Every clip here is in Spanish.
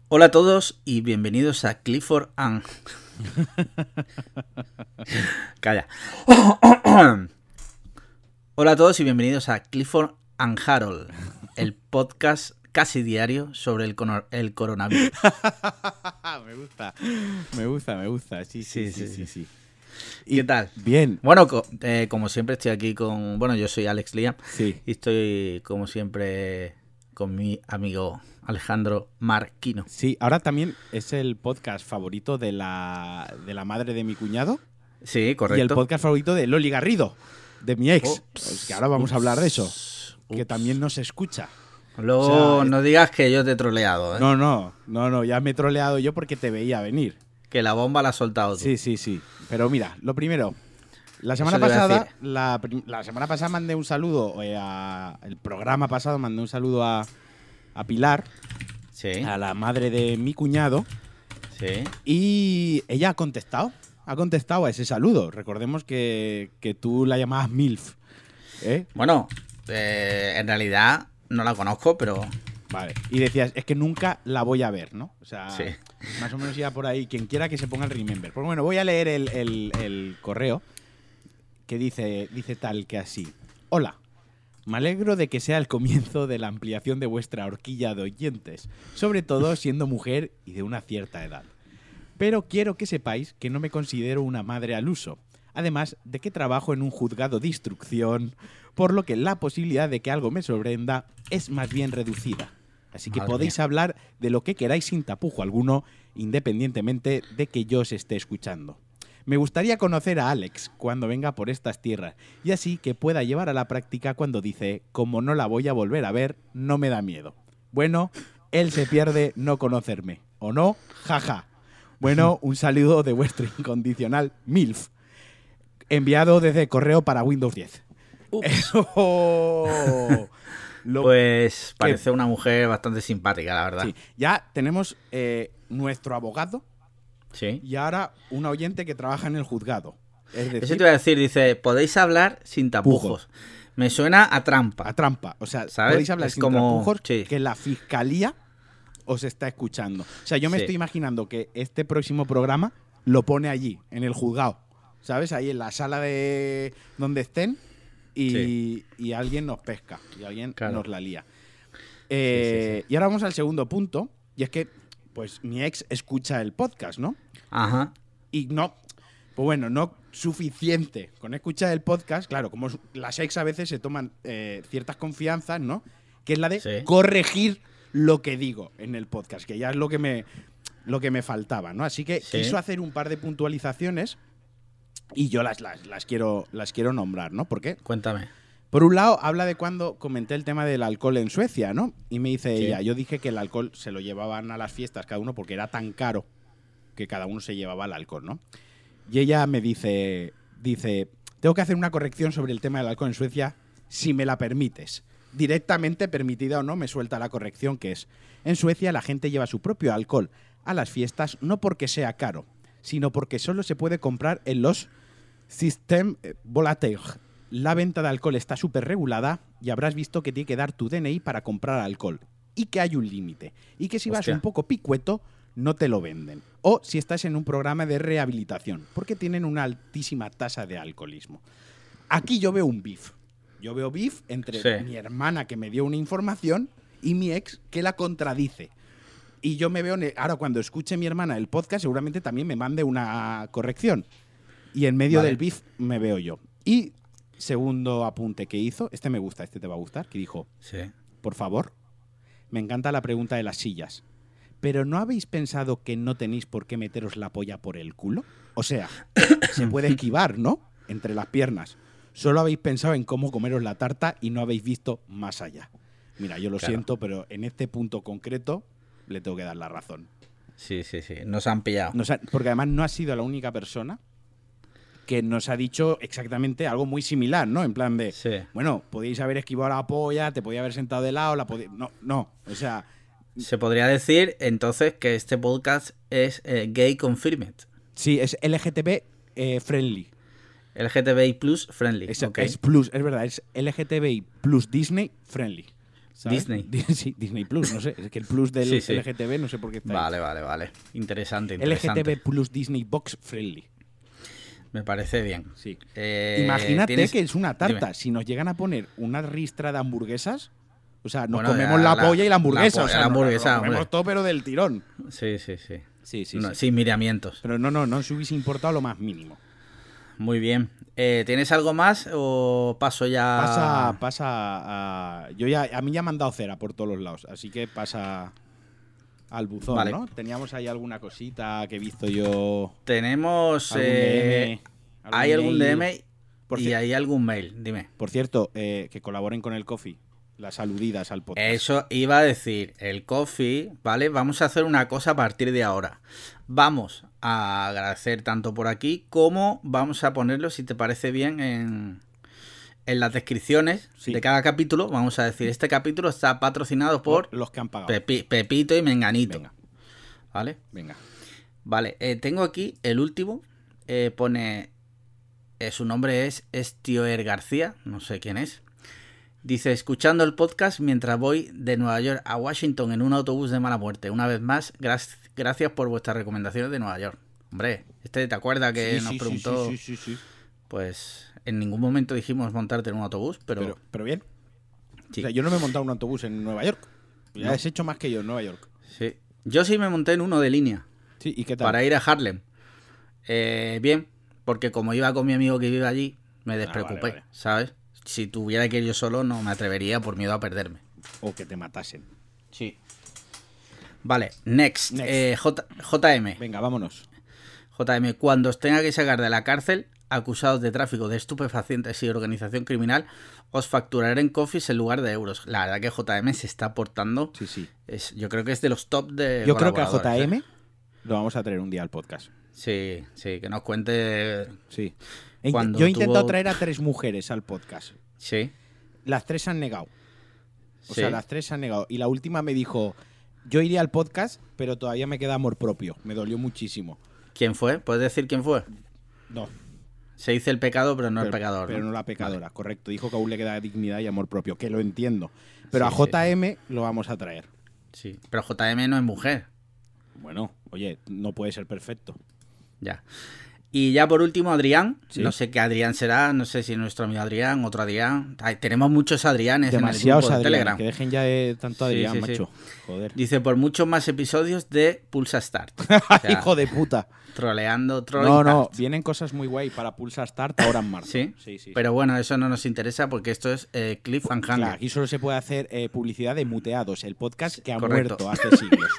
Hola a todos y bienvenidos a Clifford and... Calla. Hola a todos y bienvenidos a Clifford and Harold, el podcast casi diario sobre el coronavirus. Me gusta. Sí. ¿Qué tal? Bien. Bueno, como siempre estoy aquí con... Bueno, yo soy Alex Liam Sí. y estoy como siempre con mi amigo Alejandro Marquino. Sí, ahora también es el podcast favorito de la madre de mi cuñado. Sí, correcto. Y el podcast favorito de Loli Garrido, de mi ex. Ups, Que ahora vamos a hablar de eso. Que ups. también nos escucha. Luego O sea, no digas que yo te he troleado, ¿eh? No, ya me he troleado yo porque te veía venir. Que la bomba la has soltado tú. Sí. Pero mira, lo primero, la semana Eso le iba a pasada, decir. la semana pasada mandé un saludo, el programa pasado mandé un saludo a Pilar, Sí, a la madre de mi cuñado, sí. y ella ha contestado a ese saludo. Recordemos que tú la llamabas MILF, ¿eh? Bueno, en realidad no la conozco, pero... Vale. Y decías, es que nunca la voy a ver, ¿no? O sea, Sí. más o menos iba por ahí. Quien quiera que se ponga el remember. Pues bueno, voy a leer el correo que dice tal que así. Hola, me alegro de que sea el comienzo de la ampliación de vuestra horquilla de oyentes, sobre todo siendo mujer y de una cierta edad. Pero quiero que sepáis que no me considero una madre al uso, además de que trabajo en un juzgado de instrucción, por lo que la posibilidad de que algo me sorprenda es más bien reducida. Así que Madre podéis mía. hablar de lo que queráis sin tapujo alguno, independientemente de que yo os esté escuchando. Me gustaría conocer a Alex cuando venga por estas tierras, y así que pueda llevar a la práctica cuando dice, como no la voy a volver a ver, no me da miedo. Bueno, él se pierde no conocerme, ¿o no? Jaja. Bueno, un saludo de vuestro incondicional MILF, enviado desde correo para Windows 10. Ups. Pues parece una mujer bastante simpática, la verdad. Sí, ya tenemos nuestro abogado Sí. y ahora un oyente que trabaja en el juzgado. Es Eso decir, te iba a decir, dice, podéis hablar sin tapujos. Me suena a trampa. a trampa. O sea, ¿Sabes? podéis hablar Es sin como- tapujos, sí. que la fiscalía os está escuchando. O sea, yo me Sí. estoy imaginando que este próximo programa lo pone allí, en el juzgado. ¿Sabes? Ahí en la sala de donde estén y alguien nos pesca y alguien Claro. nos la lía. Sí. Y ahora vamos al segundo punto, y es que pues mi ex escucha el podcast, ¿no? Ajá. Y no, pues bueno, no suficiente con escuchar el podcast, claro, como las ex a veces se toman ciertas confianzas, ¿no? Que es la de Sí. corregir lo que digo en el podcast, que ya es lo que me faltaba, ¿no? Así que Sí. quiso hacer un par de puntualizaciones y yo las quiero nombrar, ¿no? ¿Por qué? Cuéntame. Por un lado, habla de cuando comenté el tema del alcohol en Suecia, ¿no? Y me dice Sí. ella, yo dije que el alcohol se lo llevaban a las fiestas cada uno porque era tan caro que cada uno se llevaba el alcohol, ¿no? Y ella me dice, tengo que hacer una corrección sobre el tema del alcohol en Suecia, si me la permites. Directamente, permitida o no, me suelta la corrección, que es, en Suecia la gente lleva su propio alcohol a las fiestas no porque sea caro, sino porque solo se puede comprar en los System Volateur. La venta de alcohol está súper regulada y habrás visto que tiene que dar tu DNI para comprar alcohol. Y que hay un límite. Y que si vas Hostia. un poco picueto, no te lo venden. O si estás en un programa de rehabilitación, porque tienen una altísima tasa de alcoholismo. Aquí yo veo un beef. Yo veo beef entre Sí. mi hermana, que me dio una información, y mi ex, que la contradice. Y yo me veo, ahora cuando escuche mi hermana el podcast, seguramente también me mande una corrección. Y en medio Vale. del beef me veo yo. Y segundo apunte que hizo, este me gusta, este te va a gustar, que dijo, Sí. por favor, me encanta la pregunta de las sillas, pero ¿no habéis pensado que no tenéis por qué meteros la polla por el culo? O sea, se puede esquivar, ¿no? Entre las piernas. Solo habéis pensado en cómo comeros la tarta y no habéis visto más allá. Mira, yo lo Claro. siento, pero en este punto concreto le tengo que dar la razón. Sí. Nos han pillado. Porque además no ha sido la única persona que nos ha dicho exactamente algo muy similar, ¿no? En plan de, Sí. bueno, podéis haber esquivado la polla, te podía haber sentado de lado, no, o sea, Se podría decir entonces que este podcast es gay confirmed. sí, es LGTB friendly. LGTBI plus friendly. Es, ok. es plus, es verdad, es LGTBI plus Disney friendly. ¿sabes? Disney. Sí, Disney Plus, no sé. Es que el Plus del Sí, sí. LGTB no sé por qué está ahí. Vale. Interesante. LGTB Plus Disney Box Friendly. Me parece bien. Sí. Imagínate ¿tienes? que es una tarta. Dime. Si nos llegan a poner una ristra de hamburguesas, o sea, nos Bueno, comemos la polla y la hamburguesa. la o sea, la hamburguesa, nos comemos hombre. todo, pero del tirón. Sí. Sí. Sin miramientos. Pero no os hubiese importado lo más mínimo. Muy bien. ¿Tienes algo más o paso ya? Pasa a... A mí ya me han dado cera por todos los lados, así que pasa al buzón, Vale. ¿no? Teníamos ahí alguna cosita que he visto yo... Tenemos... Algún DM, hay algún mail. DM Por y cier- hay algún mail. Dime. Por cierto, que colaboren con el Coffee. Las aludidas al podcast. Eso iba a decir, el coffee, ¿vale? Vamos a hacer una cosa a partir de ahora. Vamos a agradecer tanto por aquí como vamos a ponerlo, si te parece bien, en las descripciones Sí. de cada capítulo. Vamos a decir, este capítulo está patrocinado por los que han pagado. Pepito y Menganito. Venga. ¿Vale? Venga. Vale, tengo aquí el último. Pone... su nombre es Estioer García, no sé quién es. Dice, escuchando el podcast mientras voy de Nueva York a Washington en un autobús de mala muerte. Una vez más, gracias por vuestras recomendaciones de Nueva York. Hombre, ¿te acuerdas que nos preguntó? Sí. Pues en ningún momento dijimos montarte en un autobús, pero bien. sí. O sea, yo no me he montado en un autobús en Nueva York. Ya No. has hecho más que yo en Nueva York. Sí. Yo sí me monté en uno de línea Sí, ¿y qué tal? para ir a Harlem. Bien, porque como iba con mi amigo que vive allí, me despreocupé, vale. ¿sabes? Si tuviera que ir yo solo, no me atrevería por miedo a perderme. O que te matasen. Sí. Vale, next. JM. Venga, vámonos. JM, cuando os tenga que sacar de la cárcel, acusados de tráfico de estupefacientes y organización criminal, os facturaré en coffees en lugar de euros. La verdad que JM se está aportando. Sí. Yo creo que es de los top de Yo creo que a colaboradores, JM lo vamos a traer un día al podcast. Sí, que nos cuente. Sí. Cuando Yo he intentado tuvo- traer a 3 mujeres al podcast. Sí. Las 3 se han negado. O Sí. sea, las 3 se han negado. Y la última me dijo, yo iría al podcast, pero todavía me queda amor propio. Me dolió muchísimo. ¿Quién fue? ¿Puedes decir quién fue? No. Se dice el pecado, pero no el pecador. Pero no la pecadora, correcto. Dijo que aún le queda dignidad y amor propio, que lo entiendo. Pero Sí, a JM lo vamos a traer. Sí, pero JM no es mujer. Bueno, oye, no puede ser perfecto. Ya. Y ya por último, Adrián. Sí. No sé qué Adrián será, no sé si nuestro amigo Adrián, otro Adrián. Ay, tenemos muchos Adrianes Demasiados en el grupo de Adrián, Telegram. que dejen ya de tanto Sí, Adrián, sí. macho. Joder. Dice, por muchos más episodios de Pulsa Start. O sea, Hijo de puta. troleando, No, vienen cosas muy guay para Pulsar Start ahora en marzo. Sí, Sí. pero bueno, eso no nos interesa porque esto es Cliffhanger. Claro, aquí solo se puede hacer publicidad de Muteados, el podcast que ha Correcto. muerto hace siglos.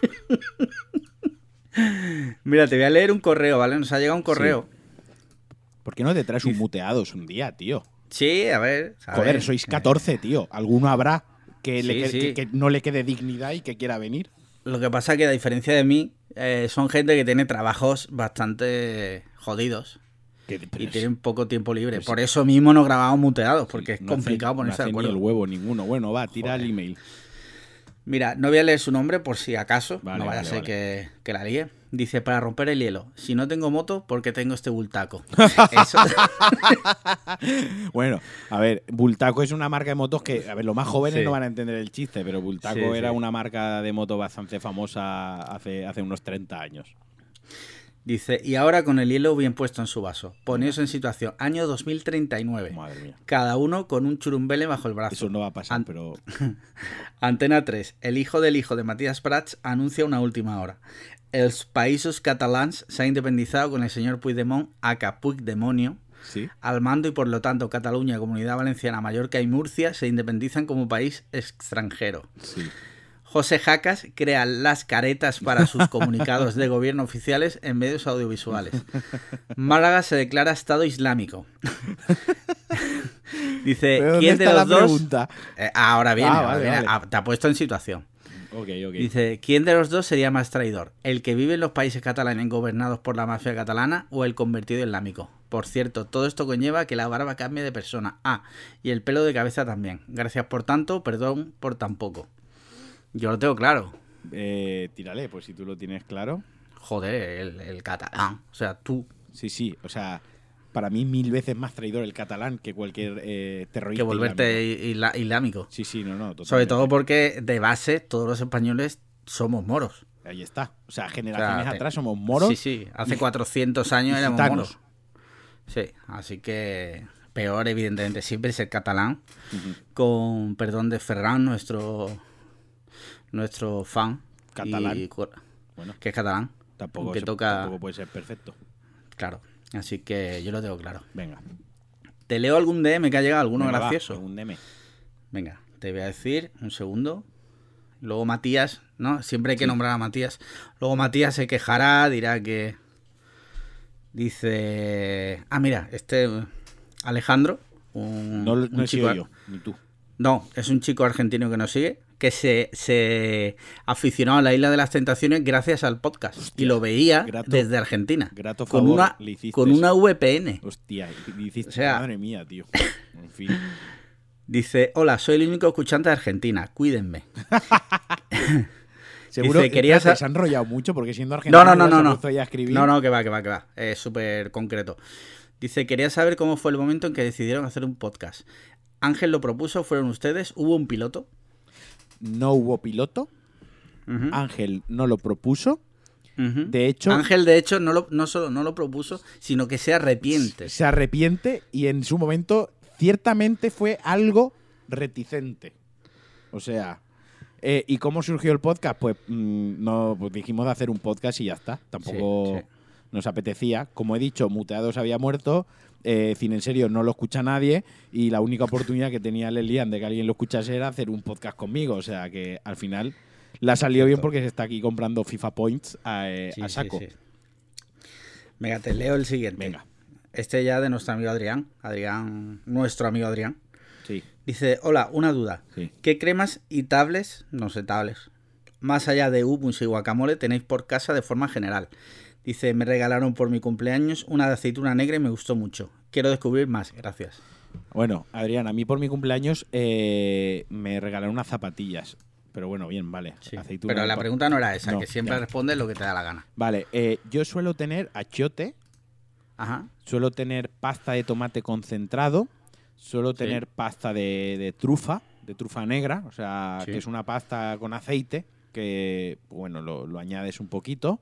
Mira, te voy a leer un correo, ¿vale? Nos ha llegado un correo. ¿Por qué no te traes un Muteados un día, tío? Sí, a ver. Joder, sois 14, tío. ¿Alguno habrá que, Sí. que no le quede dignidad y que quiera venir? Lo que pasa es que a diferencia de mí, son gente que tiene trabajos bastante jodidos y tienen poco tiempo libre. Por eso mismo no grabamos muteados, porque es complicado ponerse no de hace acuerdo. ni el huevo ninguno. Bueno, va, tira el email. Mira, no voy a leer su nombre por si acaso, Vale, no vaya a vale, ser vale. que la líe. Dice, para romper el hielo, si no tengo moto, ¿por qué tengo este bultaco? Eso... Bueno, a ver, Bultaco es una marca de motos que, a ver, los más jóvenes Sí. no van a entender el chiste, pero Bultaco Sí, era sí. una marca de moto bastante famosa hace unos 30 años. Dice, y ahora con el hielo bien puesto en su vaso. Poneos en situación, año 2039. Madre mía. Cada uno con un churumbele bajo el brazo. Eso no va a pasar, An- pero... Antena 3. El hijo del hijo de Matías Prats anuncia una última hora. Els països catalans s'ha independizado con el señor Puigdemont, aka Puigdemonio, Sí. al mando y por lo tanto Cataluña, Comunidad Valenciana, Mallorca y Murcia se independizan como país extranjero. Sí. José Jacas crea las caretas para sus comunicados de gobierno oficiales en medios audiovisuales. Málaga se declara Estado Islámico. Dice, ¿Pero dónde ¿quién de está los la dos? pregunta? Ahora viene, Vale, ahora viene. vale. Ah, te ha puesto en situación. Ok. Dice, ¿quién de los dos sería más traidor? ¿El que vive en los países catalanes gobernados por la mafia catalana o el convertido islámico? Por cierto, todo esto conlleva que la barba cambie de persona. Ah, y el pelo de cabeza también. Gracias por tanto, perdón por tan poco. Yo lo tengo claro. Tírale, pues si tú lo tienes claro. Joder, el catalán. O sea, tú. Sí, o sea, para mí 1000 veces más traidor el catalán que cualquier terrorista. Que volverte islámico. Sí, no, totalmente. Sobre todo porque de base todos los españoles somos moros. Ahí está. O sea, generaciones atrás somos moros. Sí, hace 400 años éramos gitanos. moros. Sí, así que peor evidentemente siempre ser catalán. Con perdón de Ferran, nuestro fan. Catalán. Bueno, que es catalán. Tampoco puede ser perfecto. Claro, así que yo lo tengo claro. Venga. ¿Te leo algún DM que ha llegado? ¿Alguno Venga, gracioso? Un DM. Venga, te voy a decir un segundo. Luego Matías, ¿no? Siempre hay que nombrar a Matías. Luego Matías se quejará, dirá que... Dice... mira, Alejandro. No he sido yo, ni tú. No, es un chico argentino que nos sigue, que se aficionó a la Isla de las Tentaciones gracias al podcast. Hostia, y lo veía desde Argentina. Grato favor le hiciste. Con una VPN. Hostia, le hiciste, o sea, madre mía, tío. En fin. Dice, hola, soy el único escuchante de Argentina, cuídenme. Seguro que se ha enrollado mucho porque siendo argentino no. A escribir. No, que va. Es súper concreto. Dice, quería saber cómo fue el momento en que decidieron hacer un podcast. Ángel lo propuso, fueron ustedes, ¿hubo un piloto? No hubo piloto. Ángel no lo propuso. De hecho, Ángel, de hecho, no solo no lo propuso, sino que se arrepiente. Se arrepiente y en su momento ciertamente fue algo reticente. O sea, ¿y cómo surgió el podcast? Pues pues dijimos de hacer un podcast y ya está. Tampoco nos apetecía. Como he dicho, Muteados había muerto. Cine en Serio no lo escucha nadie y la única oportunidad que tenía Lelian de que alguien lo escuchase era hacer un podcast conmigo. O sea que al final la salió bien porque se está aquí comprando FIFA Points a saco. Sí. Venga, te leo el siguiente. Venga. Este ya de nuestro amigo Adrián. Nuestro amigo Adrián. Sí. Dice, hola, una duda. Sí. ¿Qué cremas y tablets, más allá de hummus y guacamole, tenéis por casa de forma general? Dice, me regalaron por mi cumpleaños una de aceituna negra y me gustó mucho. Quiero descubrir más, gracias. Bueno, Adrián, a mí por mi cumpleaños me regalaron unas zapatillas. Pero bueno, bien, vale. Sí, aceituna pero la pregunta no era esa, no, que siempre respondes lo que te da la gana. Vale, yo suelo tener achiote. Ajá. Suelo tener pasta de tomate concentrado. Suelo tener pasta de trufa negra. O sea, que es una pasta con aceite que, bueno, lo añades un poquito.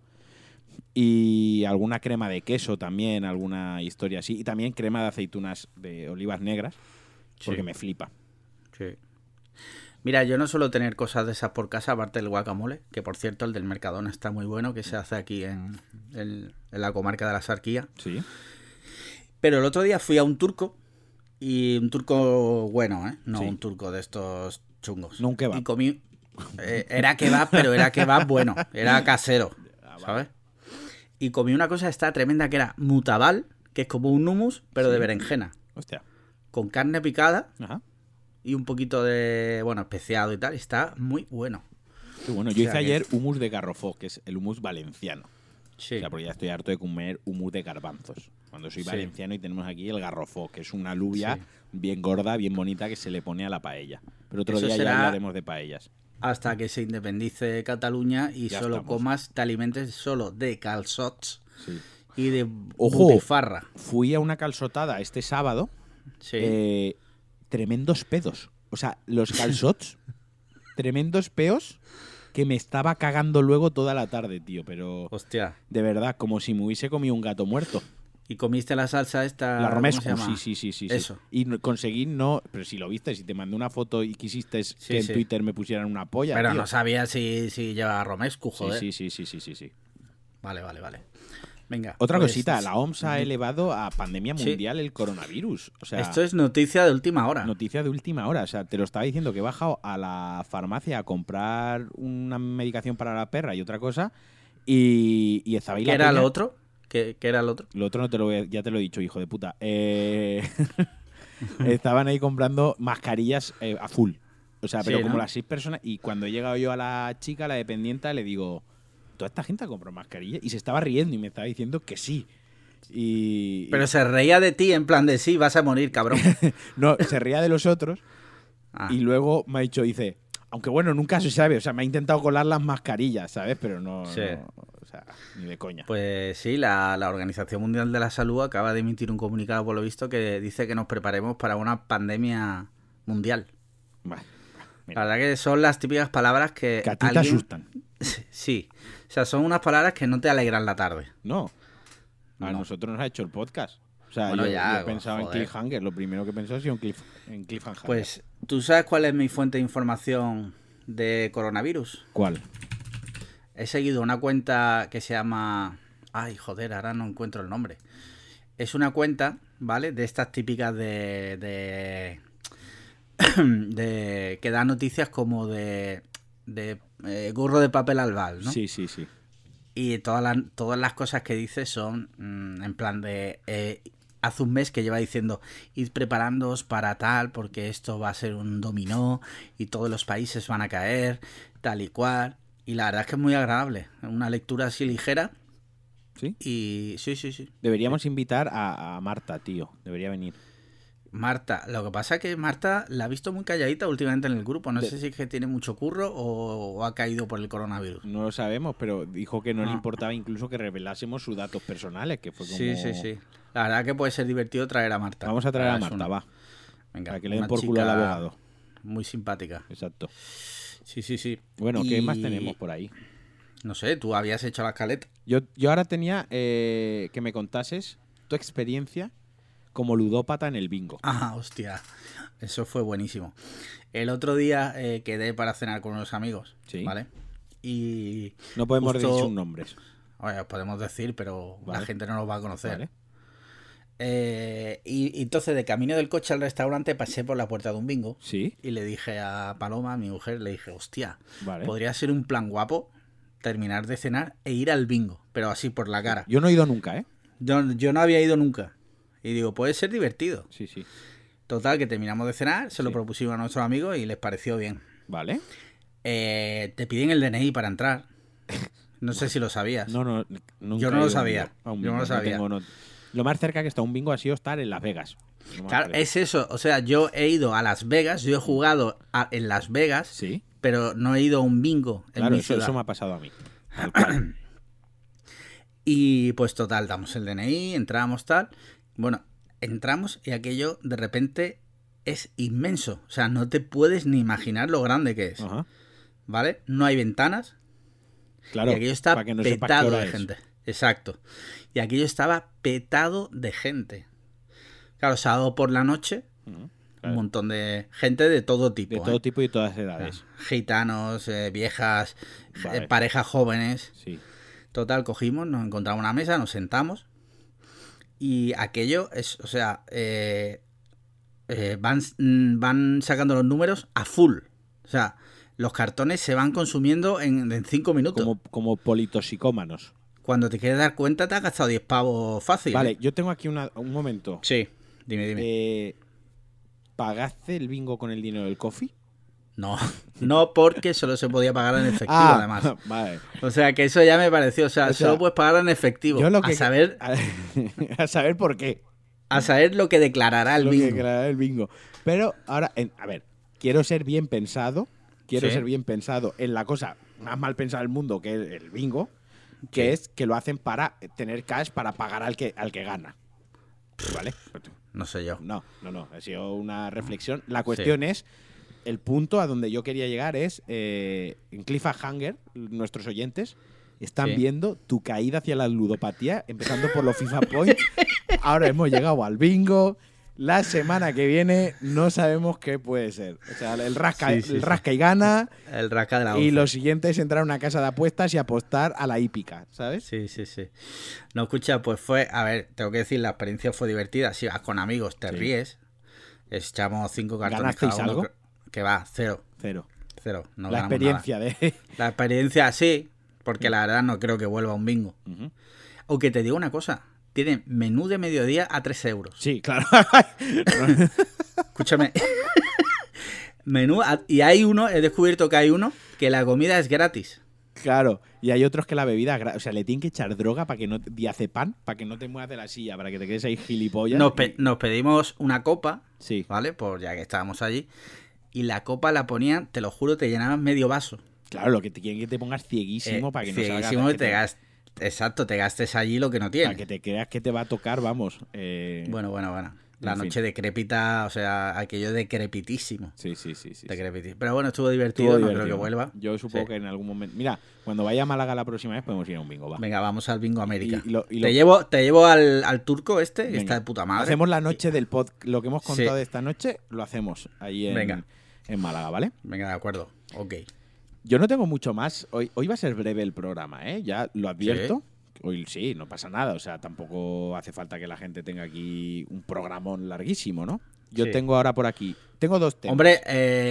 Y alguna crema de queso también, alguna historia así. Y también crema de aceitunas de olivas negras, porque me flipa. Sí. Mira, yo no suelo tener cosas de esas por casa, aparte del guacamole, que por cierto el del Mercadona está muy bueno, que se hace aquí en la comarca de la Sarquía. Sí. Pero el otro día fui a un turco, y un turco bueno, no un turco de estos chungos. No un kebab. Y comí... era kebab, pero era kebab bueno, era casero, ¿sabes? Y comí una cosa esta tremenda que era mutabal, que es como un hummus, pero de berenjena. Hostia. Con carne picada. Ajá. Y un poquito de, especiado y tal. Está muy bueno. Qué bueno. Yo hice ayer hummus de garrofó, que es el hummus valenciano. Sí. O sea, porque ya estoy harto de comer hummus de garbanzos. Cuando soy valenciano y tenemos aquí el garrofó, que es una alubia bien gorda, bien bonita, que se le pone a la paella. Pero otro día ya hablaremos de paellas. Hasta que se independice Cataluña y ya solo te alimentes solo de calçots y de butifarra. Fui a una calçotada este sábado. Sí. Tremendos pedos. O sea, los calçots, tremendos peos que me estaba cagando luego toda la tarde, tío. Pero, hostia, de verdad, como si me hubiese comido un gato muerto. ¿Y comiste la salsa esta? La romesco, sí. Eso. Y conseguí pero si lo viste, si te mandé una foto y quisiste que en Twitter me pusieran una polla, pero tío. No sabía si lleva romesco, joder. Sí. Vale. Venga. Otra cosita, la OMS ha elevado a pandemia mundial el coronavirus. O sea, esto es noticia de última hora. Noticia de última hora. O sea, te lo estaba diciendo que he bajado a la farmacia a comprar una medicación para la perra y otra cosa y estaba ahí ¿Qué era lo otro? ¿Qué era el otro? Lo otro no te lo voy a, ya te lo he dicho, hijo de puta. Estaban ahí comprando mascarillas a full. O sea, pero como las 6 personas. Y cuando he llegado yo a la chica, la dependienta, le digo, ¿toda esta gente ha comprado mascarillas? Y se estaba riendo y me estaba diciendo que sí. Pero se reía de ti en plan de sí, vas a morir, cabrón. No, se reía de los otros. Y luego me ha dicho, dice, aunque bueno, nunca se sabe. O sea, me ha intentado colar las mascarillas, ¿sabes? Pero no. O sea, ni de coña. Pues sí, la Organización Mundial de la Salud acaba de emitir un comunicado, por lo visto, que dice que nos preparemos para una pandemia mundial. Vale, La mira, verdad que son las típicas palabras que que a ti te alguien... asustan. Sí, o sea, son unas palabras que no te alegran la tarde. No, a No. nosotros nos ha hecho el podcast. O sea, Bueno, yo ya, he pensado joder. en Cliffhanger. Lo primero que he pensado ha sido en Cliffhanger. Pues, ¿tú sabes cuál es mi fuente de información de coronavirus? ¿Cuál? He seguido una cuenta que se llama... Ay, joder, ahora no encuentro el nombre. Es una cuenta, ¿vale? De estas típicas de que da noticias como de gorro de papel albal, ¿no? Sí, sí, sí. Y todas las cosas que dice son en plan de... hace un mes que lleva diciendo, id preparándoos para tal, porque esto va a ser un dominó y todos los países van a caer, tal y cual. Y la verdad es que es muy agradable. Una lectura así ligera. ¿Sí? Y sí. Deberíamos invitar a Marta, tío. Debería venir. Marta, lo que pasa es que Marta la ha visto muy calladita últimamente en el grupo. No sé si es que tiene mucho curro o ha caído por el coronavirus. No lo sabemos, pero dijo que no le Ah. importaba incluso que revelásemos sus datos personales, que fue como... Sí. La verdad que puede ser divertido traer a Marta. Vamos a traer a Es Marta, una- va. Venga, Para que le den una por culo al chica abogado. Muy simpática. Exacto. Sí. Bueno, ¿qué Y- más tenemos por ahí? No sé, tú habías hecho la escaleta. Yo ahora tenía que me contases tu experiencia como ludópata en el bingo. Ah, hostia. Eso fue buenísimo. El otro día quedé para cenar con unos amigos. Sí. ¿Vale? Y... No podemos justo- decir sus nombres. Oye, os podemos decir, pero Vale. la gente no los va a conocer. Vale. Y entonces, de camino del coche al restaurante, pasé por la puerta de un bingo. Sí. Y le dije a Paloma, a mi mujer, le dije, hostia, Vale. podría ser un plan guapo terminar de cenar e ir al bingo, pero así por la cara. Yo no he ido nunca, ¿eh? Yo no había ido nunca. Y digo, puede ser divertido. Sí, sí. Total, que terminamos de cenar, se lo Sí. propusimos a nuestros amigos y les pareció bien. Vale. Te piden el DNI para entrar. No sé si lo sabías. No, nunca Yo no he lo ido sabía. a un Yo no bingo. lo sabía. Lo más cerca que está un bingo ha sido estar en Las Vegas. Lo más Claro, cerca. es eso. O sea, yo he ido a Las Vegas, yo he jugado en Las Vegas, Sí. pero no he ido a un bingo en Claro, mi eso ciudad. me ha pasado a mí. Tal cual. Y pues total, damos el DNI, entramos tal. Bueno, entramos y aquello de repente es inmenso. O sea, no te puedes ni imaginar lo grande que es. Ajá. ¿Vale? No hay ventanas. Claro, Y aquello está para que no sepas qué petado hora de es. gente. Exacto. Y aquello estaba petado de gente. Claro, sábado por la noche, Ujú, un claro. montón de gente de todo tipo. De todo ¿eh? tipo y todas O sea, edades. gitanos, viejas, Vale. parejas jóvenes. Sí. Total, cogimos, nos encontramos una mesa, nos sentamos. Y aquello es, o sea, van sacando los números a full. O sea, los cartones se van consumiendo en 5 minutos. Como politoxicómanos. Cuando te quieres dar cuenta, te has gastado 10 pavos fácil. Vale, ¿eh? yo tengo aquí un momento. Sí, dime. ¿Pagaste el bingo con el dinero del coffee? No, porque solo se podía pagar en efectivo, además. Vale. O sea, que eso ya me pareció. O sea, O sea, solo puedes pagar en efectivo. Yo lo que a saber a saber por qué. lo que declarará el Lo que bingo. declarará el bingo. Pero ahora, a ver, quiero ser bien pensado. Quiero Sí. ser bien pensado en la cosa más mal pensada del mundo, que es el bingo, que Sí. es que lo hacen para tener cash para pagar al que gana. ¿Vale? No sé yo. No, ha sido una reflexión. La cuestión es, el punto a donde yo quería llegar es, en Cliffhanger, nuestros oyentes están Sí. viendo tu caída hacia la ludopatía, empezando por los FIFA Points. Ahora hemos llegado al bingo. La semana que viene no sabemos qué puede ser. O sea, el rasca, Sí, sí, el sí. rasca y gana. El rasca de la Y once. lo siguiente es entrar a una casa de apuestas y apostar a la hípica, ¿sabes? Sí. No, escucha, pues fue... A ver, tengo que decir, la experiencia fue divertida. Si vas con amigos, te Sí. ríes. Echamos 5 cartones ¿Ganasteis cada uno. algo? Que va, cero. Cero. No la ganamos experiencia de... nada. La experiencia sí, porque la verdad no creo que vuelva a un bingo. Ujú. Aunque te digo una cosa, tienen menú de mediodía a 3 euros. Sí, claro. Escúchame. Y hay uno, he descubierto que hay uno que la comida es gratis. Claro. Y hay otros que la bebida... O sea, le tienen que echar droga para que no... Diazepam, para que no te muevas de la silla, para que te quedes ahí gilipollas. Nos pedimos una copa, Sí. ¿vale? Por ya que estábamos allí. Y la copa la ponían, te lo juro, te llenaban medio vaso. Claro, lo que te quieren que te pongas cieguísimo para que no salgas... Cieguísimo y te exacto, te gastes allí lo que no Para tienes. que te creas que te va a tocar, vamos. Bueno. La En fin. noche decrépita, o sea, aquello decrepitísimo. Sí. Decrepitísimo. Pero bueno, estuvo divertido, Estuvo no divertido. creo que vuelva. Yo supongo Sí. que en algún momento... Mira, cuando vaya a Málaga la próxima vez podemos ir a un bingo, va. Venga, vamos al Bingo América. Y lo- Te llevo al turco este, que Venga, está de puta madre. hacemos la noche del pod. Lo que hemos Sí. contado de esta noche, lo hacemos ahí Venga. en Málaga, ¿vale? Venga, de acuerdo. Ok. Yo no tengo mucho más. Hoy va a ser breve el programa, ¿eh? Ya lo advierto. Hoy sí, no pasa nada. O sea, tampoco hace falta que la gente tenga aquí un programón larguísimo, ¿no? Yo Sí. tengo ahora por aquí. Tengo dos temas. Hombre,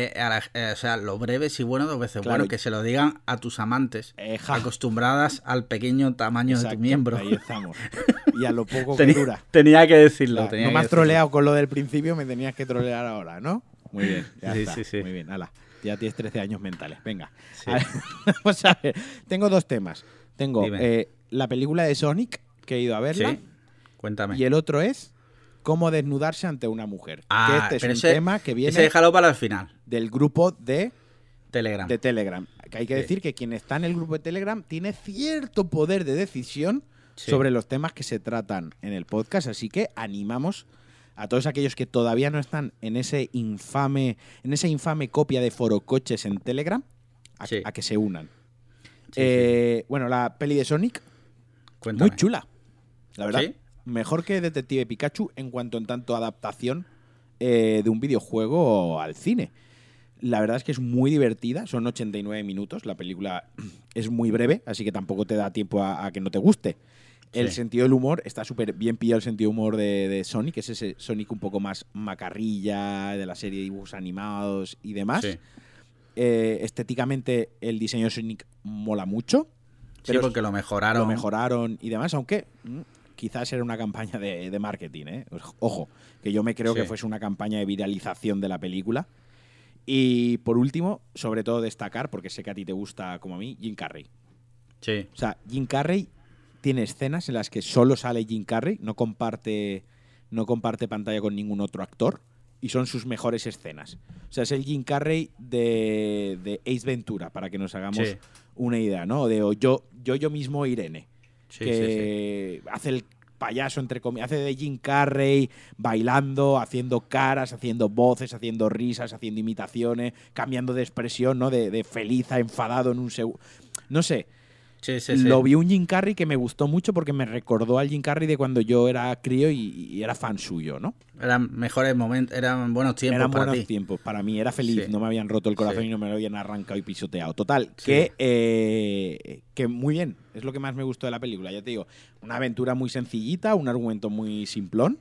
o sea, lo breve y bueno, dos veces Claro. bueno, que se lo digan a tus amantes, Ja. acostumbradas al pequeño tamaño de Exacto, tu miembro. ahí estamos. Y a lo poco que dura. Tenía que decirlo. O sea, tenía no que me has decirlo. troleado con lo del principio, me tenías que trolear ahora, ¿no? Muy bien, ya Sí, está. sí. Muy bien, hala. Ya tienes 13 años mentales. Venga. Sí. A ver, vamos a ver. Tengo dos temas. Tengo Dime. la película de Sonic, que he ido a verla, Sí, cuéntame. y el otro es cómo desnudarse ante una mujer. que este es pero un ese- tema que Ese viene déjalo para el final. del grupo de Telegram. Telegram. Que hay que Sí. decir que quien está en el grupo de Telegram tiene cierto poder de decisión Sí. sobre los temas que se tratan en el podcast, así que animamos a todos aquellos que todavía no están en esa infame copia de Forocoches en Telegram Sí. a que se unan. Sí. Bueno, la peli de Sonic, Cuéntame. muy chula, la verdad. ¿Sí? Mejor que Detective Pikachu en tanto adaptación de un videojuego al cine. La verdad es que es muy divertida, son 89 minutos, la película es muy breve, así que tampoco te da tiempo a que no te guste. El Sí. sentido del humor, está súper bien pillado el sentido del humor de Sonic, es ese Sonic un poco más macarrilla, de la serie de dibujos animados y demás. Sí. Estéticamente el diseño de Sonic mola mucho, Sí, pero porque lo mejoraron. lo mejoraron y demás, aunque quizás era una campaña de marketing, ¿eh? Ojo, que yo me creo Sí. que fuese una campaña de viralización de la película. Y por último, sobre todo destacar, porque sé que a ti te gusta como a mí, Jim Carrey. Sí. O sea, Jim Carrey tiene escenas en las que solo sale Jim Carrey, no comparte pantalla con ningún otro actor, y son sus mejores escenas. O sea, es el Jim Carrey de Ace Ventura, para que nos hagamos Sí. una idea, ¿no? De yo mismo Irene, Sí, que hace el payaso, entre comillas, hace de Jim Carrey bailando, haciendo caras, haciendo voces, haciendo risas, haciendo imitaciones, cambiando de expresión, ¿no? De feliz a enfadado en un segundo. No sé. Sí. Lo vi un Jim Carrey que me gustó mucho porque me recordó al Jim Carrey de cuando yo era crío y era fan suyo, ¿no? Eran mejores momentos, eran buenos tiempos Eran para buenos ti. tiempos. Para mí era feliz, Sí. no me habían roto el corazón Sí. y no me lo habían arrancado y pisoteado. Total, Sí. que muy bien, es lo que más me gustó de la película. Ya te digo, una aventura muy sencillita, un argumento muy simplón.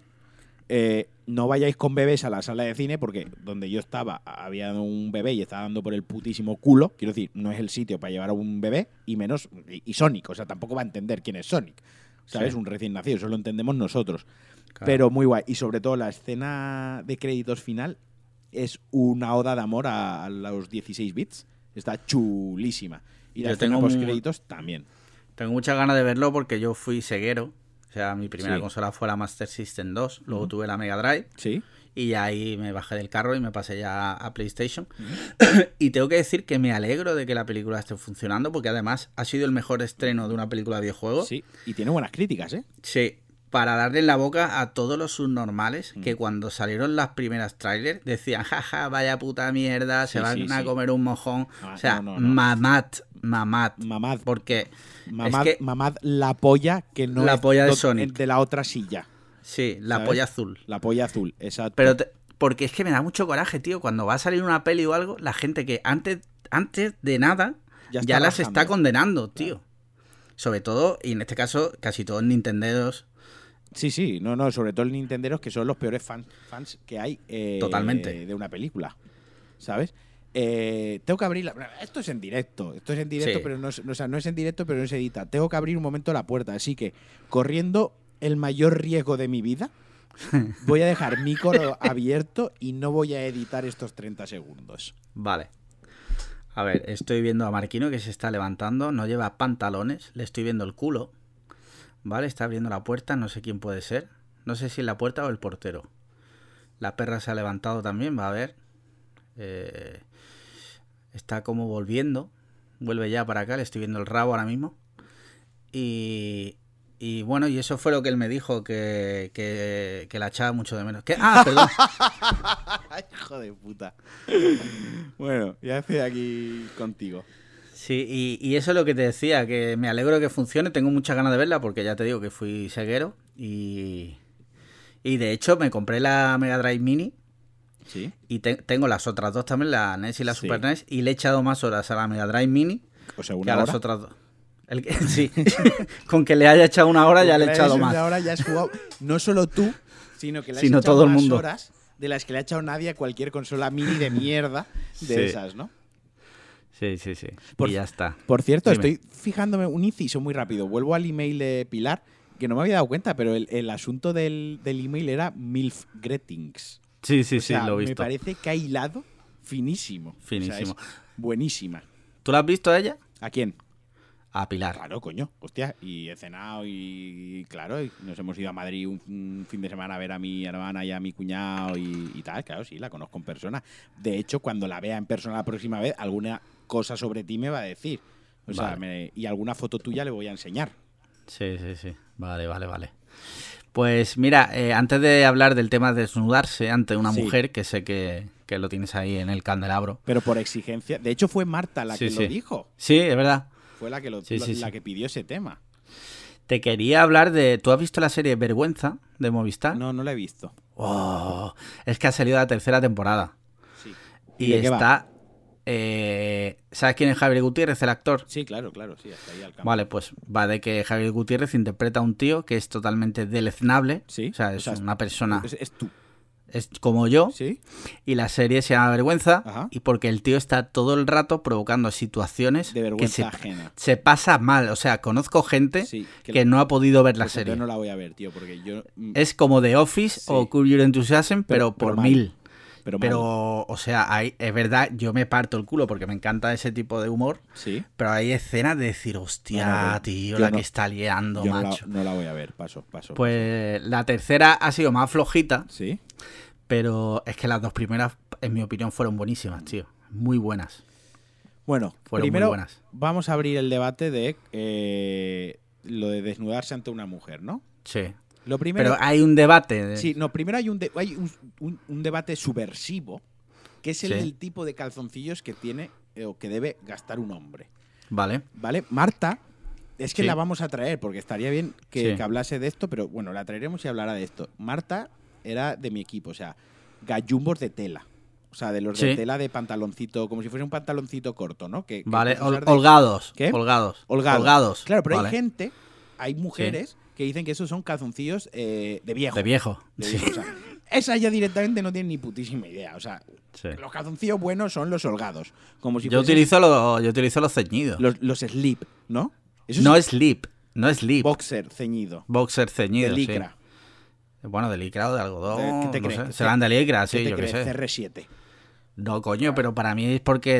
No vayáis con bebés a la sala de cine porque donde yo estaba había un bebé y estaba dando por el putísimo culo. Quiero decir, no es el sitio para llevar a un bebé y menos y Sonic. O sea, tampoco va a entender quién es Sonic. ¿Sabes? Sí. Un recién nacido, eso lo entendemos nosotros. Claro. Pero muy guay. Y sobre todo la escena de créditos final es una oda de amor a los 16 bits. Está chulísima. Y la Yo escena tengo post créditos también. Tengo muchas ganas de verlo porque yo fui ceguero. O sea, mi primera Sí. consola fue la Master System 2, luego Ujú. tuve la Mega Drive Sí. y ahí me bajé del carro y me pasé ya a PlayStation. Y tengo que decir que me alegro de que la película esté funcionando porque además ha sido el mejor estreno de una película de videojuego. Sí. Y tiene buenas críticas, ¿eh? Sí, para darle en la boca a todos los subnormales que cuando salieron las primeras trailers decían, jaja, vaya puta mierda, se Sí, van sí, a sí. comer un mojón. Ah, O sea, no. mamad. Mamad. Porque Mamad, es que mamad la polla que no La es polla de Sonic. de la otra silla. sí, la ¿sabes? polla azul. La polla azul, exacto. Pero porque es que me da mucho coraje, tío, cuando va a salir una peli o algo, la gente que antes de nada Ya ya, está las bajando. está condenando, tío. Sobre todo, y en este caso, casi todos Nintenderos. Sí, no, sobre todo el Nintenderos, que son los peores fans que hay Totalmente. de una película, ¿sabes? Tengo que abrir esto es en directo, Sí. pero no es en directo, pero no se edita. Tengo que abrir un momento la puerta, así que corriendo el mayor riesgo de mi vida, voy a dejar mi coro abierto y no voy a editar estos 30 segundos. Vale. A ver, estoy viendo a Marquino que se está levantando, no lleva pantalones, le estoy viendo el culo. Vale, está abriendo la puerta, no sé quién puede ser. No sé si es la puerta o el portero. La perra se ha levantado también, va a ver. Está como volviendo. Vuelve ya para acá, le estoy viendo el rabo ahora mismo. y bueno, y eso fue lo que él me dijo, que la echaba mucho de menos. Perdón. Hijo de puta. Bueno, ya estoy aquí contigo. Sí, y eso es lo que te decía, que me alegro que funcione, tengo muchas ganas de verla porque ya te digo que fui ceguero y de hecho me compré la Mega Drive Mini. Sí. Y tengo las otras dos también, la NES y la Sí. Super NES, y le he echado más horas a la Mega Drive Mini O sea, que una a hora. las otras dos. Sí, con que le haya echado una hora ya le he echado más. Ahora ya has jugado no solo tú, sino que le has Sino echado todo el más mundo. horas de las que le ha echado nadie a cualquier consola mini de mierda de Sí. esas, ¿no? Sí. Y ya está. Por cierto, Dime. estoy fijándome un inciso muy rápido. Vuelvo al email de Pilar, que no me había dado cuenta, pero el asunto del email era MILF Greetings. Sí, O sea, lo he me visto. parece que ha hilado finísimo. Finísimo. O sea, es buenísima. ¿Tú la has visto a ella? ¿A quién? A Pilar. Claro, coño. Hostia, y he cenado y claro, y nos hemos ido a Madrid un fin de semana a ver a mi hermana y a mi cuñado y tal. Claro, sí, la conozco en persona. De hecho, cuando la vea en persona la próxima vez, alguna cosa sobre ti me va a decir. O sea, Vale. y alguna foto tuya le voy a enseñar. Sí. Vale. Pues mira, antes de hablar del tema de desnudarse ante una Sí. mujer, que sé que lo tienes ahí en el candelabro. Pero por exigencia. De hecho, fue Marta la que Sí. lo dijo. Sí, es verdad. Fue la que, Sí. la que pidió ese tema. Te quería hablar de... ¿Tú has visto la serie Vergüenza de Movistar? No, no la he visto. Oh, es que ha salido la tercera temporada. Sí. Y de qué va? está... ¿Sabes quién es Javier Gutiérrez, el actor? Sí, claro, sí, hasta ahí al campo. Vale, pues va de que Javier Gutiérrez interpreta a un tío que es totalmente deleznable. Sí. O sea, es una persona... Es tú. Es como yo. Sí. Y la serie se llama Vergüenza. Ajá. Y porque el tío está todo el rato provocando situaciones De vergüenza ajena. se pasa mal. O sea, conozco gente Sí, que no ha podido ver la Pues serie. entonces no la voy a ver, tío, porque yo... Es como The Office Sí. o Curb Your Enthusiasm, pero por mal. 1000. Pero, Pero, o sea, es verdad, yo me parto el culo porque me encanta ese tipo de humor. sí. Pero hay escenas de decir, hostia, No, tío, yo la no- que está liando, Yo macho. no la voy a ver, paso. Pues la tercera ha sido más flojita, Sí. pero es que las dos primeras, en mi opinión, fueron buenísimas, tío. Muy buenas. Bueno, Fueron muy primero buenas. vamos a abrir el debate de lo de desnudarse ante una mujer, ¿no? Sí. Lo primero... Pero hay un debate. Sí, no, primero hay un debate subversivo, que es el Sí. del tipo de calzoncillos que tiene o que debe gastar un hombre. Vale. ¿Vale? Marta, es que Sí. la vamos a traer, porque estaría bien que Sí. hablase de esto, pero bueno, la traeremos y hablará de esto. Marta era de mi equipo, o sea, gallumbos de tela. O sea, de los de Sí. tela de pantaloncito, como si fuese un pantaloncito corto, ¿no? Que Vale, puedes usar de- holgados. ¿Qué? Holgados. Holgados. Claro, pero Vale. hay gente, hay mujeres que dicen que esos son calzoncillos de viejo. De viejo. De Sí. viejo, o sea, esa ya directamente no tiene ni putísima idea. O sea, Sí. los calzoncillos buenos son los holgados. Como si Yo fuesen utilizo los ceñidos. los slip, ¿no? Eso No es slip. No slip. boxer ceñido. Boxer ceñido. De licra. Sí. Bueno, de licra o de algodón. ¿Qué te no crees? sé. Serán de licra, ¿Qué sí, te yo qué crees? sé. CR7. No, coño, pero para mí es porque...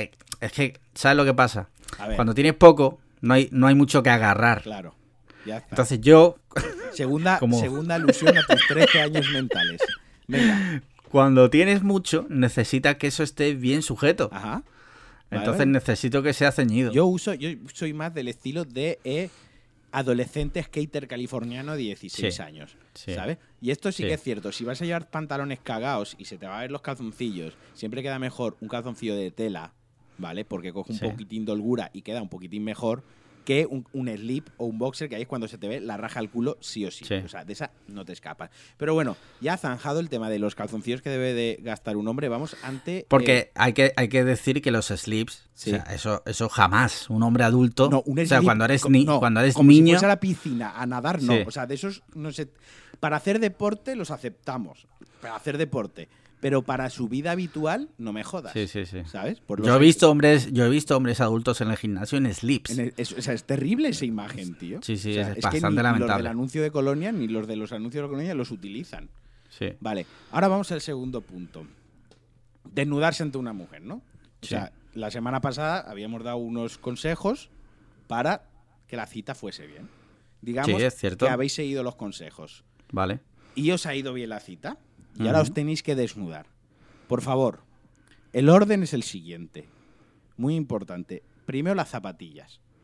es que, ¿sabes lo que pasa? A ver. Cuando tienes poco, no hay mucho que agarrar. Claro. Ya está. Entonces yo, segunda como- alusión a tus 13 años mentales. Venga. cuando tienes mucho, necesitas que eso esté bien sujeto. Ajá. Entonces Vale. necesito que sea ceñido. Yo soy más del estilo de adolescente skater californiano de 16 Sí. años, Sí. ¿sabes? Y esto sí Sí. que es cierto. Si vas a llevar pantalones cagados y se te va a ver los calzoncillos, siempre queda mejor un calzoncillo de tela, ¿vale? Porque coge un Sí. poquitín de holgura y queda un poquitín mejor que un slip o un boxer, que ahí es cuando se te ve la raja al culo sí o sí. Sí. O sea, de esa no te escapas. Pero bueno, ya zanjado el tema de los calzoncillos que debe de gastar un hombre, vamos ante... Porque hay que decir que los slips, Sí. o sea, eso jamás, un hombre adulto, No, un o sea, slip, cuando eres, no, cuando eres como niño, si fuese a la piscina a nadar, no. Sí. O sea, de esos, no sé. Para hacer deporte los aceptamos. Para hacer deporte. Pero para su vida habitual, no me jodas. sí. ¿Sabes? Por Yo he visto hombres adultos en el gimnasio en slips. o sea, es terrible esa imagen, tío. Sí, sí, O sea, es que bastante ni lamentable. los del anuncio de Colonia ni los de los anuncios de Colonia los utilizan. Sí. Vale, ahora vamos al segundo punto. Desnudarse ante una mujer, ¿no? O Sí. sea, la semana pasada habíamos dado unos consejos para que la cita fuese bien. Digamos Sí, es cierto. que habéis seguido los consejos Vale. y os ha ido bien la cita y Ujú. ahora os tenéis que desnudar. Por favor, el orden es el siguiente. Muy importante. Primero las zapatillas.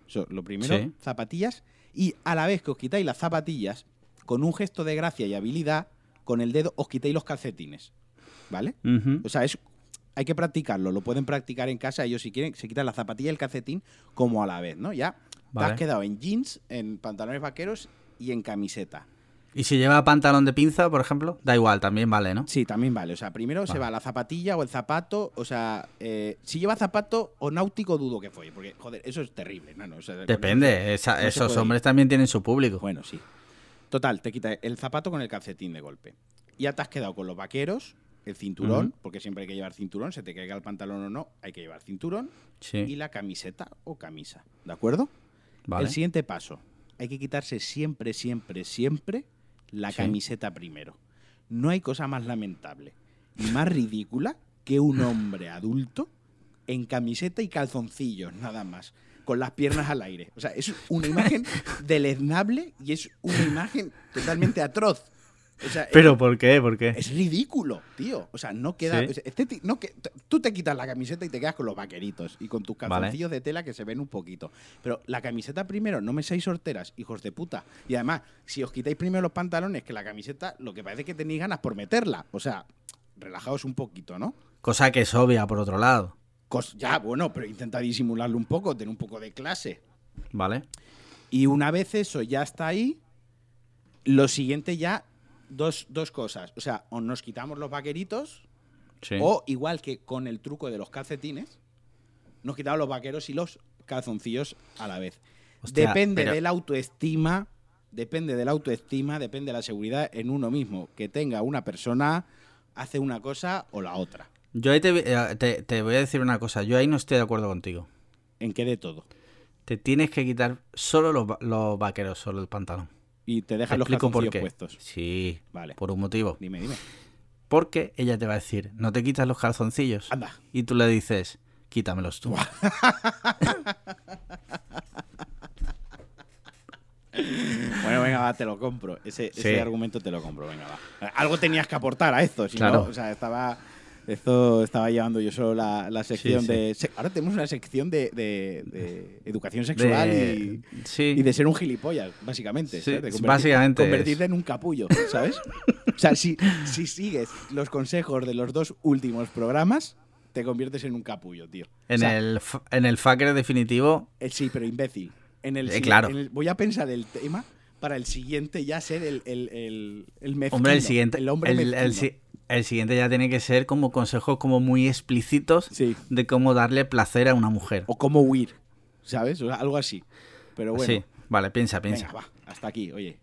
Lo primero, Sí. zapatillas. Y a la vez que os quitáis las zapatillas, con un gesto de gracia y habilidad, con el dedo os quitáis los calcetines. ¿Vale? Ujú. O sea, hay que practicarlo. Lo pueden practicar en casa. Ellos, si quieren, se quitan la zapatilla y el calcetín como a la vez, ¿no? Ya te Vale. has quedado en jeans, en pantalones vaqueros y en camiseta. ¿Y si lleva pantalón de pinza, por ejemplo? Da igual, también vale, ¿no? Sí, también vale. O sea, primero se Vale. va la zapatilla o el zapato. O sea, si lleva zapato o náutico, dudo que fue. Porque, joder, eso es terrible. No, o sea, con Depende, eso no se esos puede hombres ir. también tienen su público. Bueno, sí. Total, te quita el zapato con el calcetín de golpe. Ya te has quedado con los vaqueros, el cinturón, porque siempre hay que llevar cinturón, se te caiga el pantalón o no, hay que llevar cinturón, y Sí, la camiseta o camisa. ¿De acuerdo? vale. El siguiente paso. Hay que quitarse siempre, siempre, siempre la Sí. camiseta primero. No hay cosa más lamentable y más ridícula que un hombre adulto en camiseta y calzoncillos, nada más, con las piernas al aire. O sea, es una imagen deleznable y es una imagen totalmente atroz. O sea, ¿Pero por qué? ¿Por qué? es ridículo, tío. O sea, no queda. Sí. No, tú te quitas la camiseta y te quedas con los vaqueritos y con tus calzoncillos de tela que se ven un poquito. Pero la camiseta primero, no me seáis sorteras, hijos de puta. Y además, si os quitáis primero los pantalones, que la camiseta, lo que parece que tenéis ganas por meterla. O sea, relajaos un poquito, ¿no? Cosa que es obvia, por otro lado. Ya, bueno, pero intenta disimularlo un poco, tener un poco de clase. ¿Vale? Y una vez eso ya está ahí, lo siguiente ya, dos cosas. O sea, o nos quitamos los vaqueritos, Sí. o igual que con el truco de los calcetines, nos quitamos los vaqueros y los calzoncillos a la vez. Hostia, Depende pero- de la autoestima, depende de la seguridad en uno mismo. Que tenga una persona, hace una cosa o la otra. Yo ahí te voy a decir una cosa. Yo ahí no estoy de acuerdo contigo. ¿En qué de todo? Te tienes que quitar solo los vaqueros, solo el pantalón. Y te Te dejan los explico por calzoncillos qué. puestos. Sí, Vale. por un motivo. Dime. Porque ella te va a decir, no te quitas los calzoncillos. Anda. Y tú le dices, quítamelos tú. Bueno, venga, va, te lo compro. Ese Sí. argumento te lo compro, venga, va. Algo tenías que aportar a esto, si Claro. no, o sea, estaba llevando yo solo la sección Sí. de... Ahora tenemos una sección de educación sexual Sí. y de ser un gilipollas, básicamente. Sí, ¿sabes? De básicamente convertirte en un capullo, ¿sabes? O sea, si sigues los consejos de los dos últimos programas, te conviertes en un capullo, tío. En, O sea, en el fucker definitivo, sí, pero imbécil. claro. Voy a pensar el tema para el siguiente ya ser el mezquino. hombre, el siguiente, El hombre mezquino. el siguiente ya tiene que ser como consejos como muy explícitos Sí. de cómo darle placer a una mujer. O cómo huir, ¿sabes? O sea, algo así. Pero bueno, Sí, vale, piensa. venga, va, hasta aquí. Oye,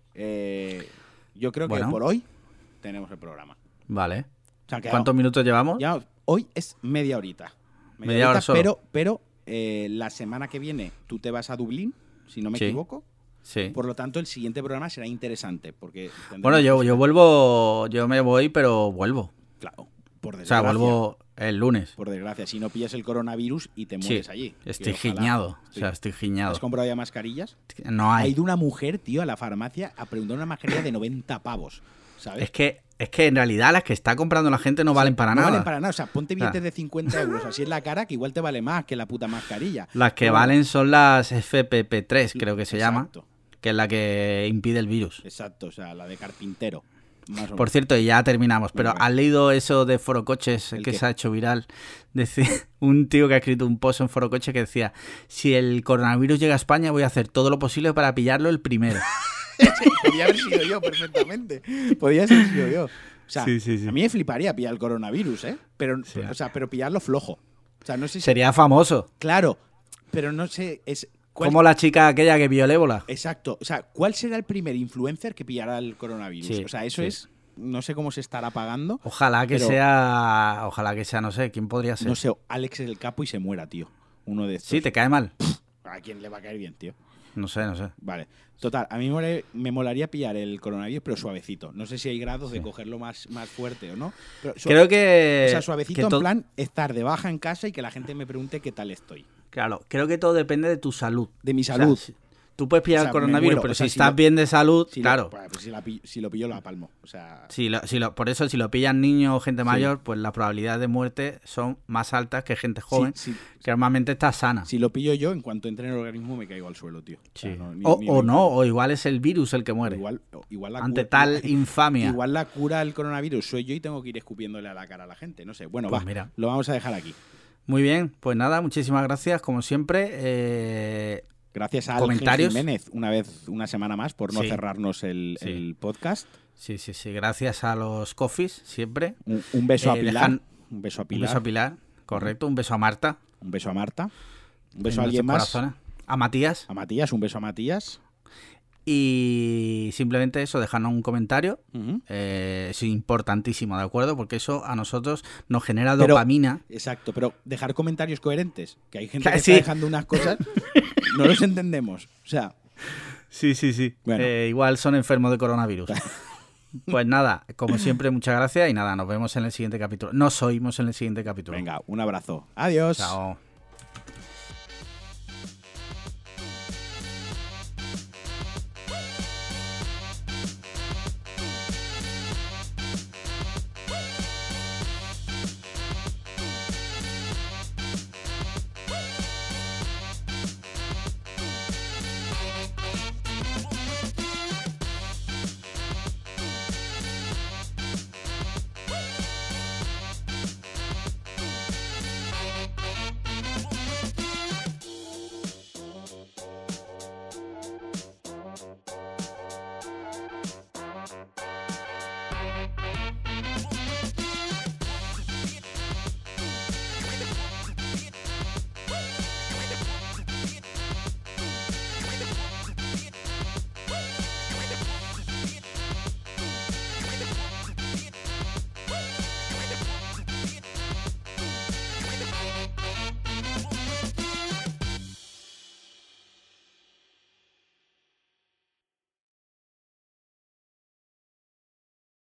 yo creo que Bueno. por hoy tenemos el programa. Vale. Se han quedado- ¿Cuántos minutos llevamos? Ya, hoy es media horita. Media hora solo. Pero la semana que viene tú te vas a Dublín, si no me Sí. equivoco. Sí. Por lo tanto, el siguiente programa será interesante. Porque Bueno, yo vuelvo, yo me voy, pero vuelvo. Claro, por O sea, desgracia. vuelvo el lunes. Por desgracia, si no pillas el coronavirus y te Sí, mueres allí. estoy Que ojalá. giñado. O sea, estoy ¿Has giñado. comprado ya mascarillas? No Ha hay. ido una mujer, tío, a la farmacia a preguntar una mascarilla de 90 pavos, ¿sabes? Es que en realidad las que está comprando la gente no valen para no nada. valen para nada. O sea, ponte billetes Ah. de 50 euros así en la cara que igual te vale más que la puta mascarilla. Las que Pero valen son las FPP3, creo que se llama, Exacto, que es la que impide el virus. exacto. O sea, la de carpintero. Más o Por menos. cierto, y ya terminamos, pero Venga, ¿has leído eso de Forocoches ¿El que qué? se ha hecho viral? Un tío que ha escrito un post en Forocoches que decía, si el coronavirus llega a España voy a hacer todo lo posible para pillarlo el primero. Podía haber sido yo perfectamente. Podía haber sido yo. O sea, Sí, sí, sí. a mí me fliparía pillar el coronavirus, ¿eh? Pero, Sí. o sea, pero pillarlo flojo. O sea, no sé si... Sería famoso, Claro, pero no sé... ¿cuál- como la chica aquella que vio el ébola. Exacto. O sea, ¿cuál será el primer influencer que pillará el coronavirus? Sí, O sea, eso sí. es... No sé cómo se estará pagando. Ojalá que Pero- sea, no sé, ¿quién podría ser? No sé, Alex el capo y se muera, tío. Uno de estos. Sí, te cae mal. ¿A quién le va a caer bien, tío? No sé. Vale. Total, a mí me molaría pillar el coronavirus, pero suavecito. No sé si hay grados de cogerlo más fuerte o no. Pero Creo que... o sea, suavecito que en to- plan estar de baja en casa y que la gente me pregunte qué tal estoy. Claro, creo que todo depende de tu salud. De mi O sea, salud. tú puedes pillar O sea, el coronavirus, me muero. pero O sea, si si estás lo- bien de salud, Si claro. Pues Pues si lo pillo, la palmo. O sea, Por eso, si lo pillan niños o gente mayor, pues las probabilidades de muerte son más altas que gente joven, que normalmente está sana. Si lo pillo yo, en cuanto entre en el organismo me caigo al suelo, tío. Sí. O sea, o igual es el virus el que muere. Igual ante tal infamia. Igual la cura del coronavirus soy yo y tengo que ir escupiéndole a la cara a la gente. No sé. Bueno, pues mira. Lo vamos a dejar aquí. Muy bien, pues nada, muchísimas gracias, como siempre. Gracias a Ángel Jiménez una semana más por no cerrarnos el podcast. Sí. Gracias a los coffees, siempre. Un beso a Pilar. Un beso a Pilar, correcto. Un beso a Marta. Un beso a Marta. Un beso a alguien más. A Matías. A Matías, un beso a Matías. Y simplemente eso, dejarnos un comentario. Es importantísimo, ¿de acuerdo? Porque eso a nosotros nos genera dopamina. Exacto, pero dejar comentarios coherentes. Que hay gente que está dejando unas cosas, no los entendemos. O sea. Sí. Bueno. Igual son enfermos de coronavirus. Pues nada, como siempre, muchas gracias y nada, nos vemos en el siguiente capítulo. Nos oímos en el siguiente capítulo. Venga, un abrazo. Adiós. Chao.